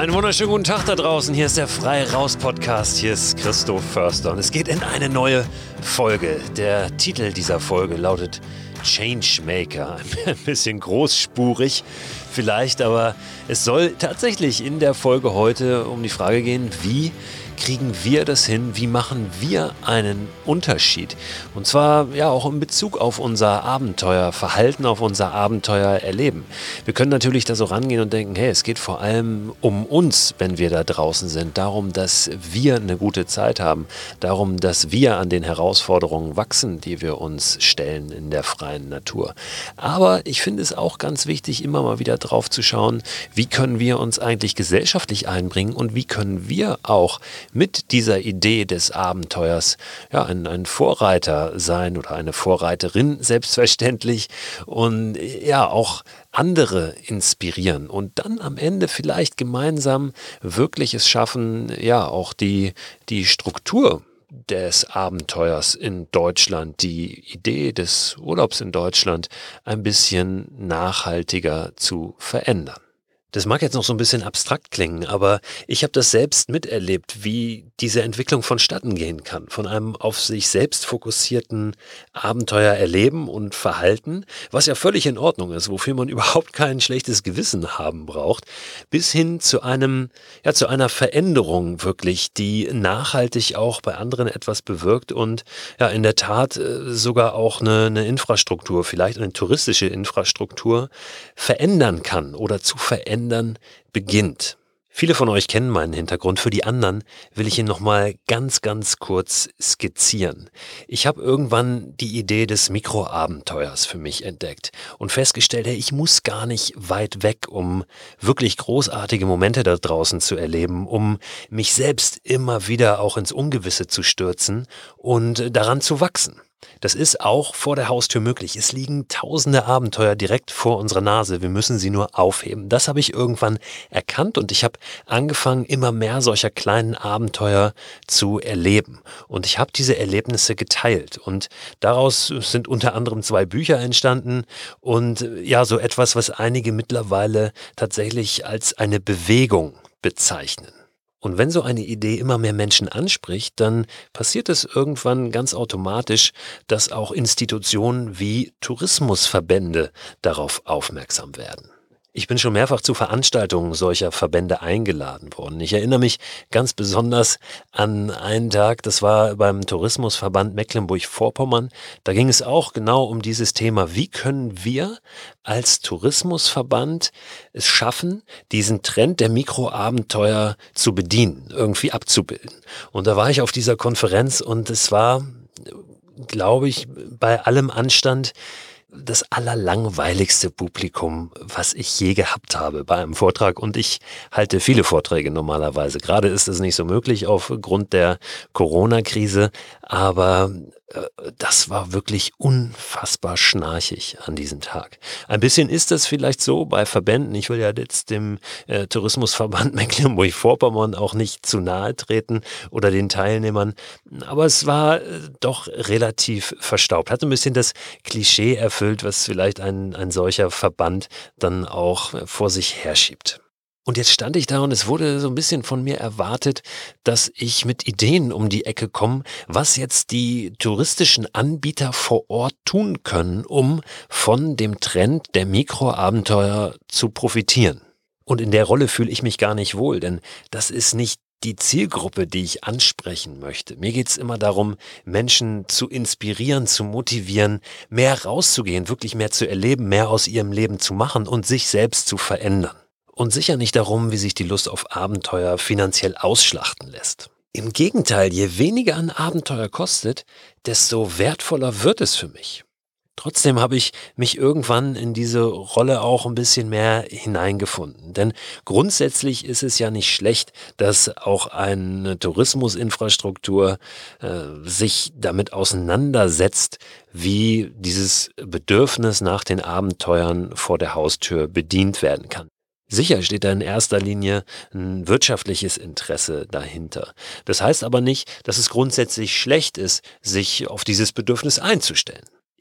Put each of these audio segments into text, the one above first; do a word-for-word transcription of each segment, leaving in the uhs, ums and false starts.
Einen wunderschönen guten Tag da draußen. Hier ist der Frei Raus Podcast. Hier ist Christoph Förster und es geht in eine neue Folge. Der Titel dieser Folge lautet Changemaker. Ein bisschen großspurig vielleicht, aber es soll tatsächlich in der Folge heute um die Frage gehen, wie kriegen wir das hin? Wie machen wir einen Unterschied? Und zwar ja auch in Bezug auf unser Abenteuerverhalten, auf unser Abenteuererleben. Wir können natürlich da so rangehen und denken, hey, es geht vor allem um uns, wenn wir da draußen sind. Darum, dass wir eine gute Zeit haben. Darum, dass wir an den Herausforderungen wachsen, die wir uns stellen in der freien Natur. Aber ich finde es auch ganz wichtig, immer mal wieder drauf zu schauen, wie können wir uns eigentlich gesellschaftlich einbringen und wie können wir auch mit dieser Idee des Abenteuers ja, ein, ein Vorreiter sein oder eine Vorreiterin selbstverständlich und ja auch andere inspirieren und dann am Ende vielleicht gemeinsam wirklich es schaffen, ja auch die, die Struktur des Abenteuers in Deutschland, die Idee des Urlaubs in Deutschland ein bisschen nachhaltiger zu verändern. Das mag jetzt noch so ein bisschen abstrakt klingen, aber ich habe das selbst miterlebt, wie diese Entwicklung vonstatten gehen kann. Von einem auf sich selbst fokussierten Abenteuer erleben und Verhalten, was ja völlig in Ordnung ist, wofür man überhaupt kein schlechtes Gewissen haben braucht, bis hin zu einem, ja, zu einer Veränderung wirklich, die nachhaltig auch bei anderen etwas bewirkt und ja, in der Tat äh, sogar auch eine, eine Infrastruktur, vielleicht eine touristische Infrastruktur verändern kann oder zu verändern beginnt. Viele von euch kennen meinen Hintergrund. Für die anderen will ich ihn nochmal ganz, ganz kurz skizzieren. Ich habe irgendwann die Idee des Mikroabenteuers für mich entdeckt und festgestellt, hey, ich muss gar nicht weit weg, um wirklich großartige Momente da draußen zu erleben, um mich selbst immer wieder auch ins Ungewisse zu stürzen und daran zu wachsen. Das ist auch vor der Haustür möglich. Es liegen tausende Abenteuer direkt vor unserer Nase. Wir müssen sie nur aufheben. Das habe ich irgendwann erkannt und ich habe angefangen, immer mehr solcher kleinen Abenteuer zu erleben. Und ich habe diese Erlebnisse geteilt. Und daraus sind unter anderem zwei Bücher entstanden und ja, so etwas, was einige mittlerweile tatsächlich als eine Bewegung bezeichnen. Und wenn so eine Idee immer mehr Menschen anspricht, dann passiert es irgendwann ganz automatisch, dass auch Institutionen wie Tourismusverbände darauf aufmerksam werden. Ich bin schon mehrfach zu Veranstaltungen solcher Verbände eingeladen worden. Ich erinnere mich ganz besonders an einen Tag, das war beim Tourismusverband Mecklenburg-Vorpommern. Da ging es auch genau um dieses Thema. Wie können wir als Tourismusverband es schaffen, diesen Trend der Mikroabenteuer zu bedienen, irgendwie abzubilden? Und da war ich auf dieser Konferenz und es war, glaube ich, bei allem Anstand das allerlangweiligste Publikum, was ich je gehabt habe bei einem Vortrag. Und ich halte viele Vorträge normalerweise. Gerade ist es nicht so möglich aufgrund der Corona-Krise, aber äh, das war wirklich unfassbar schnarchig an diesem Tag. Ein bisschen ist das vielleicht so bei Verbänden. Ich will ja jetzt dem äh, Tourismusverband Mecklenburg-Vorpommern auch nicht zu nahe treten oder den Teilnehmern, aber es war äh, doch relativ verstaubt. Hat ein bisschen das Klischee erfüllt, was vielleicht ein, ein solcher Verband dann auch vor sich herschiebt. Und jetzt stand ich da und es wurde so ein bisschen von mir erwartet, dass ich mit Ideen um die Ecke komme, was jetzt die touristischen Anbieter vor Ort tun können, um von dem Trend der Mikroabenteuer zu profitieren. Und in der Rolle fühle ich mich gar nicht wohl, denn das ist nicht die Zielgruppe, die ich ansprechen möchte. Mir geht es immer darum, Menschen zu inspirieren, zu motivieren, mehr rauszugehen, wirklich mehr zu erleben, mehr aus ihrem Leben zu machen und sich selbst zu verändern. Und sicher nicht darum, wie sich die Lust auf Abenteuer finanziell ausschlachten lässt. Im Gegenteil, je weniger ein Abenteuer kostet, desto wertvoller wird es für mich. Trotzdem habe ich mich irgendwann in diese Rolle auch ein bisschen mehr hineingefunden. Denn grundsätzlich ist es ja nicht schlecht, dass auch eine Tourismusinfrastruktur äh, sich damit auseinandersetzt, wie dieses Bedürfnis nach den Abenteuern vor der Haustür bedient werden kann. Sicher steht da in erster Linie ein wirtschaftliches Interesse dahinter. Das heißt aber nicht, dass es grundsätzlich schlecht ist, sich auf dieses Bedürfnis einzustellen.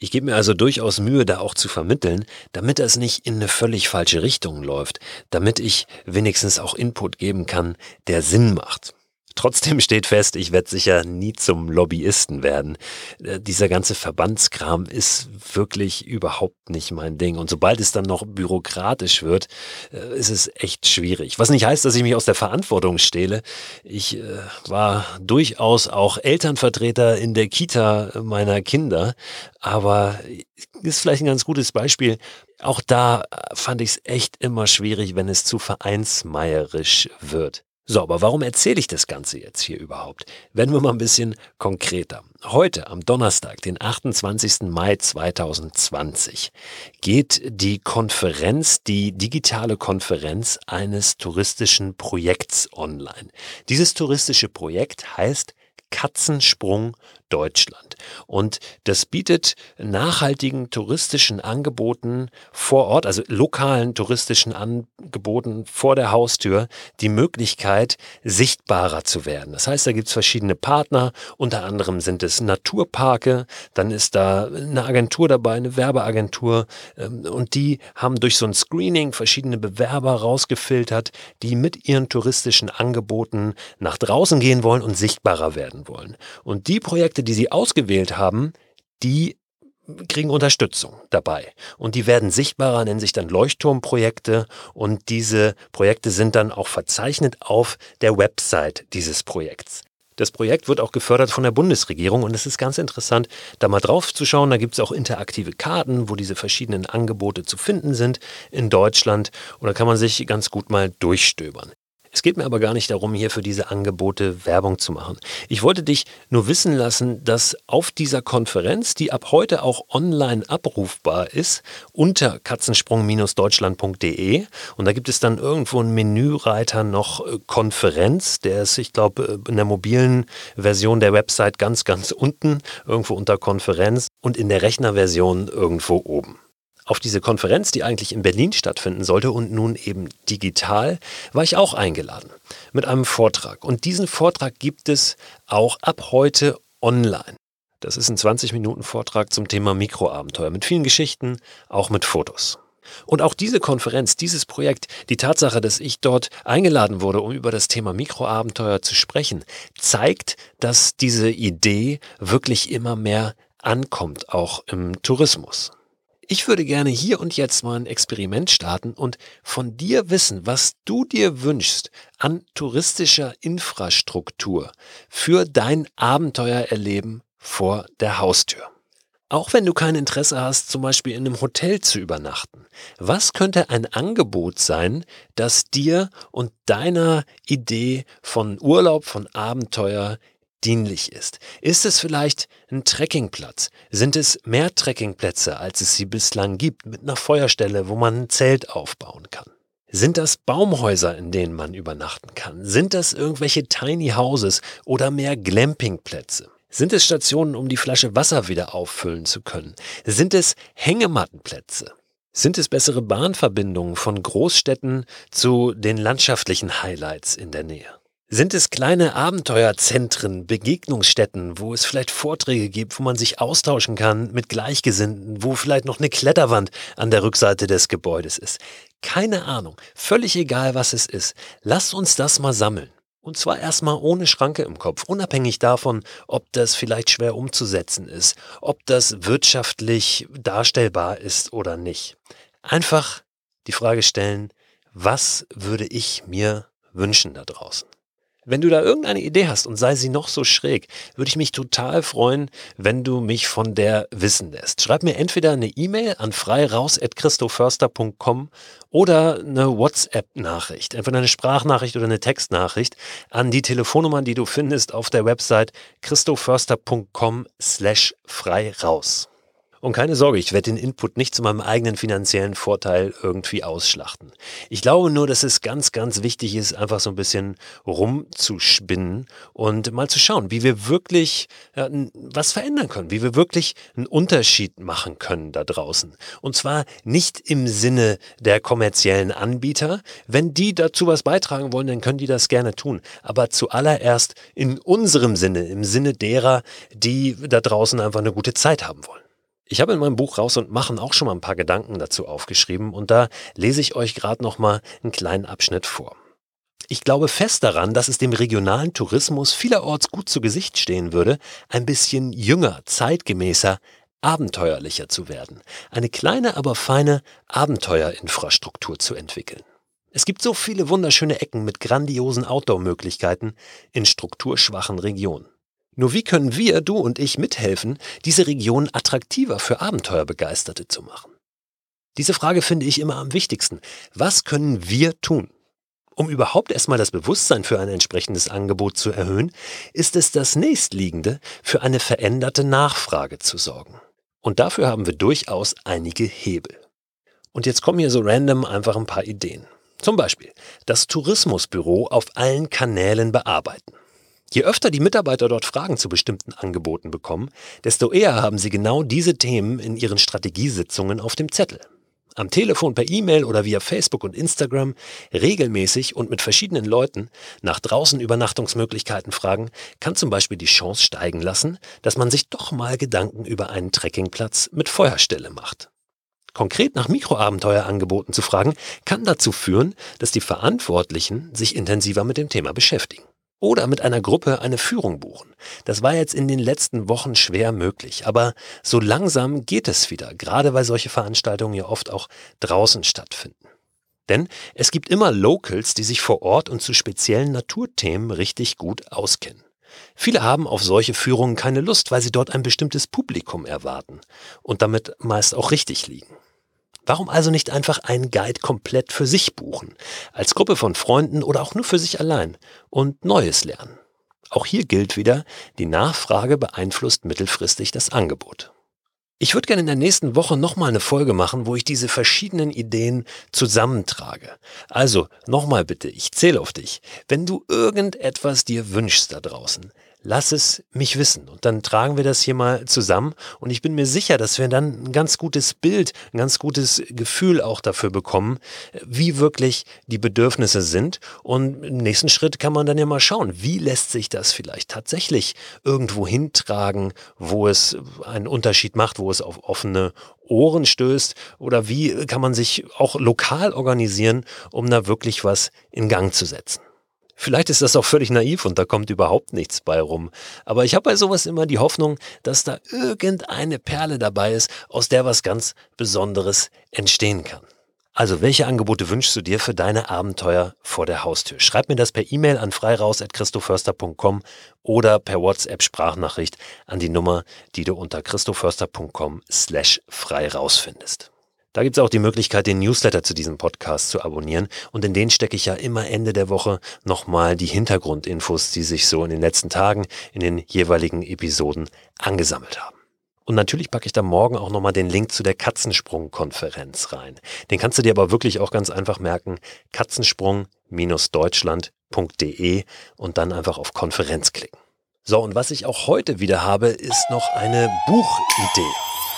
Ich gebe mir also durchaus Mühe, da auch zu vermitteln, damit das nicht in eine völlig falsche Richtung läuft, damit ich wenigstens auch Input geben kann, der Sinn macht. Trotzdem steht fest, ich werde sicher nie zum Lobbyisten werden. Äh, dieser ganze Verbandskram ist wirklich überhaupt nicht mein Ding. Und sobald es dann noch bürokratisch wird, äh, ist es echt schwierig. Was nicht heißt, dass ich mich aus der Verantwortung stehle. Ich äh, war durchaus auch Elternvertreter in der Kita meiner Kinder, aber ist vielleicht ein ganz gutes Beispiel. Auch da fand ich es echt immer schwierig, wenn es zu vereinsmeierisch wird. So, aber warum erzähle ich das Ganze jetzt hier überhaupt? Werden wir mal ein bisschen konkreter. Heute, am Donnerstag, den achtundzwanzigsten Mai zweitausendzwanzig, geht die Konferenz, die digitale Konferenz eines touristischen Projekts online. Dieses touristische Projekt heißt Katzensprung Deutschland. Und das bietet nachhaltigen touristischen Angeboten vor Ort, also lokalen touristischen Angeboten vor der Haustür, die Möglichkeit, sichtbarer zu werden. Das heißt, da gibt es verschiedene Partner, unter anderem sind es Naturparke, dann ist da eine Agentur dabei, eine Werbeagentur, und die haben durch so ein Screening verschiedene Bewerber rausgefiltert, die mit ihren touristischen Angeboten nach draußen gehen wollen und sichtbarer werden wollen. Und die Projekte, die sie ausgewählt haben, die kriegen Unterstützung dabei. Und die werden sichtbarer, nennen sich dann Leuchtturmprojekte. Und diese Projekte sind dann auch verzeichnet auf der Website dieses Projekts. Das Projekt wird auch gefördert von der Bundesregierung und es ist ganz interessant, da mal drauf zu schauen. Da gibt es auch interaktive Karten, wo diese verschiedenen Angebote zu finden sind in Deutschland. Und da kann man sich ganz gut mal durchstöbern. Es geht mir aber gar nicht darum, hier für diese Angebote Werbung zu machen. Ich wollte dich nur wissen lassen, dass auf dieser Konferenz, die ab heute auch online abrufbar ist, unter katzensprung Deutschland punkt de, und da gibt es dann irgendwo einen Menüreiter noch äh, Konferenz, der ist, ich glaube, in der mobilen Version der Website ganz, ganz unten, irgendwo unter Konferenz, und in der Rechnerversion irgendwo oben. Auf diese Konferenz, die eigentlich in Berlin stattfinden sollte und nun eben digital, war ich auch eingeladen mit einem Vortrag. Und diesen Vortrag gibt es auch ab heute online. Das ist ein zwanzig Minuten Vortrag zum Thema Mikroabenteuer mit vielen Geschichten, auch mit Fotos. Und auch diese Konferenz, dieses Projekt, die Tatsache, dass ich dort eingeladen wurde, um über das Thema Mikroabenteuer zu sprechen, zeigt, dass diese Idee wirklich immer mehr ankommt, auch im Tourismus. Ich würde gerne hier und jetzt mal ein Experiment starten und von dir wissen, was du dir wünschst an touristischer Infrastruktur für dein Abenteuererleben vor der Haustür. Auch wenn du kein Interesse hast, zum Beispiel in einem Hotel zu übernachten, was könnte ein Angebot sein, das dir und deiner Idee von Urlaub, von Abenteuer dienlich ist? Ist es vielleicht ein Trekkingplatz? Sind es mehr Trekkingplätze, als es sie bislang gibt, mit einer Feuerstelle, wo man ein Zelt aufbauen kann? Sind das Baumhäuser, in denen man übernachten kann? Sind das irgendwelche Tiny Houses oder mehr Glampingplätze? Sind es Stationen, um die Flasche Wasser wieder auffüllen zu können? Sind es Hängemattenplätze? Sind es bessere Bahnverbindungen von Großstädten zu den landschaftlichen Highlights in der Nähe? Sind es kleine Abenteuerzentren, Begegnungsstätten, wo es vielleicht Vorträge gibt, wo man sich austauschen kann mit Gleichgesinnten, wo vielleicht noch eine Kletterwand an der Rückseite des Gebäudes ist? Keine Ahnung, völlig egal, was es ist. Lasst uns das mal sammeln. Und zwar erstmal ohne Schranke im Kopf, unabhängig davon, ob das vielleicht schwer umzusetzen ist, ob das wirtschaftlich darstellbar ist oder nicht. Einfach die Frage stellen, was würde ich mir wünschen da draußen? Wenn du da irgendeine Idee hast und sei sie noch so schräg, würde ich mich total freuen, wenn du mich von der wissen lässt. Schreib mir entweder eine E-Mail an freiraus at christoförster punkt com oder eine WhatsApp-Nachricht, entweder eine Sprachnachricht oder eine Textnachricht an die Telefonnummer, die du findest auf der Website christoförster punkt com slash freiraus. Und keine Sorge, ich werde den Input nicht zu meinem eigenen finanziellen Vorteil irgendwie ausschlachten. Ich glaube nur, dass es ganz, ganz wichtig ist, einfach so ein bisschen rumzuspinnen und mal zu schauen, wie wir wirklich ja, was verändern können, wie wir wirklich einen Unterschied machen können da draußen. Und zwar nicht im Sinne der kommerziellen Anbieter. Wenn die dazu was beitragen wollen, dann können die das gerne tun. Aber zuallererst in unserem Sinne, im Sinne derer, die da draußen einfach eine gute Zeit haben wollen. Ich habe in meinem Buch Raus und Machen auch schon mal ein paar Gedanken dazu aufgeschrieben und da lese ich euch gerade noch mal einen kleinen Abschnitt vor. Ich glaube fest daran, dass es dem regionalen Tourismus vielerorts gut zu Gesicht stehen würde, ein bisschen jünger, zeitgemäßer, abenteuerlicher zu werden. Eine kleine, aber feine Abenteuerinfrastruktur zu entwickeln. Es gibt so viele wunderschöne Ecken mit grandiosen Outdoor-Möglichkeiten in strukturschwachen Regionen. Nur wie können wir, du und ich, mithelfen, diese Region attraktiver für Abenteuerbegeisterte zu machen? Diese Frage finde ich immer am wichtigsten. Was können wir tun? Um überhaupt erstmal das Bewusstsein für ein entsprechendes Angebot zu erhöhen, ist es das Nächstliegende, für eine veränderte Nachfrage zu sorgen. Und dafür haben wir durchaus einige Hebel. Und jetzt kommen hier so random einfach ein paar Ideen. Zum Beispiel das Tourismusbüro auf allen Kanälen bearbeiten. Je öfter die Mitarbeiter dort Fragen zu bestimmten Angeboten bekommen, desto eher haben sie genau diese Themen in ihren Strategiesitzungen auf dem Zettel. Am Telefon, per E-Mail oder via Facebook und Instagram regelmäßig und mit verschiedenen Leuten nach draußen Übernachtungsmöglichkeiten fragen, kann zum Beispiel die Chance steigen lassen, dass man sich doch mal Gedanken über einen Trekkingplatz mit Feuerstelle macht. Konkret nach Mikroabenteuerangeboten zu fragen, kann dazu führen, dass die Verantwortlichen sich intensiver mit dem Thema beschäftigen. Oder mit einer Gruppe eine Führung buchen. Das war jetzt in den letzten Wochen schwer möglich, aber so langsam geht es wieder, gerade weil solche Veranstaltungen ja oft auch draußen stattfinden. Denn es gibt immer Locals, die sich vor Ort und zu speziellen Naturthemen richtig gut auskennen. Viele haben auf solche Führungen keine Lust, weil sie dort ein bestimmtes Publikum erwarten und damit meist auch richtig liegen. Warum also nicht einfach einen Guide komplett für sich buchen, als Gruppe von Freunden oder auch nur für sich allein und Neues lernen? Auch hier gilt wieder, die Nachfrage beeinflusst mittelfristig das Angebot. Ich würde gerne in der nächsten Woche nochmal eine Folge machen, wo ich diese verschiedenen Ideen zusammentrage. Also nochmal bitte, ich zähle auf dich. Wenn du irgendetwas dir wünschst da draußen, lass es mich wissen und dann tragen wir das hier mal zusammen und ich bin mir sicher, dass wir dann ein ganz gutes Bild, ein ganz gutes Gefühl auch dafür bekommen, wie wirklich die Bedürfnisse sind und im nächsten Schritt kann man dann ja mal schauen, wie lässt sich das vielleicht tatsächlich irgendwo hintragen, wo es einen Unterschied macht, wo es auf offene Ohren stößt oder wie kann man sich auch lokal organisieren, um da wirklich was in Gang zu setzen. Vielleicht ist das auch völlig naiv und da kommt überhaupt nichts bei rum. Aber ich habe bei sowas immer die Hoffnung, dass da irgendeine Perle dabei ist, aus der was ganz Besonderes entstehen kann. Also, welche Angebote wünschst du dir für deine Abenteuer vor der Haustür? Schreib mir das per E-Mail an freiraus at christoförster punkt com oder per WhatsApp-Sprachnachricht an die Nummer, die du unter christoförster punkt com slash frei rausfindest. Da gibt es auch die Möglichkeit, den Newsletter zu diesem Podcast zu abonnieren und in den stecke ich ja immer Ende der Woche nochmal die Hintergrundinfos, die sich so in den letzten Tagen in den jeweiligen Episoden angesammelt haben. Und natürlich packe ich da morgen auch nochmal den Link zu der Katzensprung-Konferenz rein. Den kannst du dir aber wirklich auch ganz einfach merken, katzensprung Bindestrich deutschland punkt de und dann einfach auf Konferenz klicken. So, und was ich auch heute wieder habe, ist noch eine Buchidee.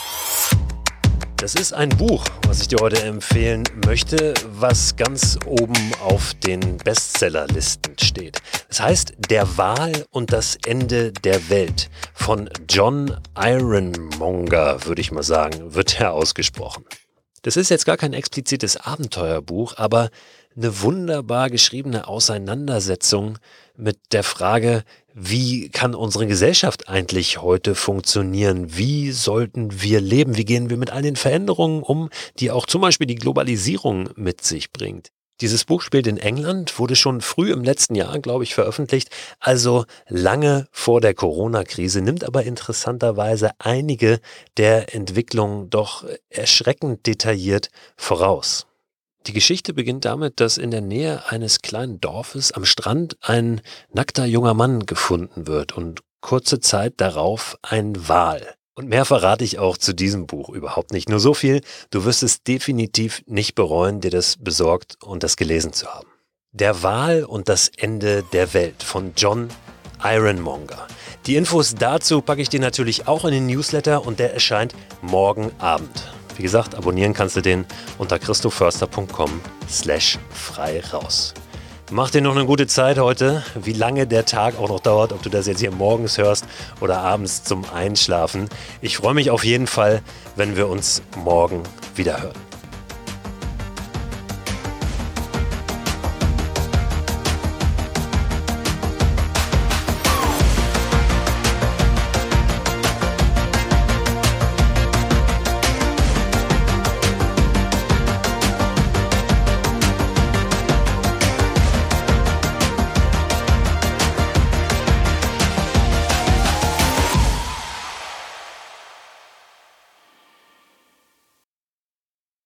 Das ist ein Buch, was ich dir heute empfehlen möchte, was ganz oben auf den Bestsellerlisten steht. Es heißt Der Wal und das Ende der Welt von John Ironmonger, würde ich mal sagen, wird er ausgesprochen. Das ist jetzt gar kein explizites Abenteuerbuch, aber eine wunderbar geschriebene Auseinandersetzung mit der Frage, wie kann unsere Gesellschaft eigentlich heute funktionieren? Wie sollten wir leben? Wie gehen wir mit all den Veränderungen um, die auch zum Beispiel die Globalisierung mit sich bringt? Dieses Buch spielt in England, wurde schon früh im letzten Jahr, glaube ich, veröffentlicht, also lange vor der Corona-Krise, nimmt aber interessanterweise einige der Entwicklungen doch erschreckend detailliert voraus. Die Geschichte beginnt damit, dass in der Nähe eines kleinen Dorfes am Strand ein nackter junger Mann gefunden wird und kurze Zeit darauf ein Wal. Und mehr verrate ich auch zu diesem Buch überhaupt nicht. Nur so viel, du wirst es definitiv nicht bereuen, dir das besorgt und das gelesen zu haben. Der Wal und das Ende der Welt von John Ironmonger. Die Infos dazu packe ich dir natürlich auch in den Newsletter und der erscheint morgen Abend. Wie gesagt, abonnieren kannst du den unter christoförster punkt com slash frei raus. Mach dir noch eine gute Zeit heute, wie lange der Tag auch noch dauert, ob du das jetzt hier morgens hörst oder abends zum Einschlafen. Ich freue mich auf jeden Fall, wenn wir uns morgen wieder hören.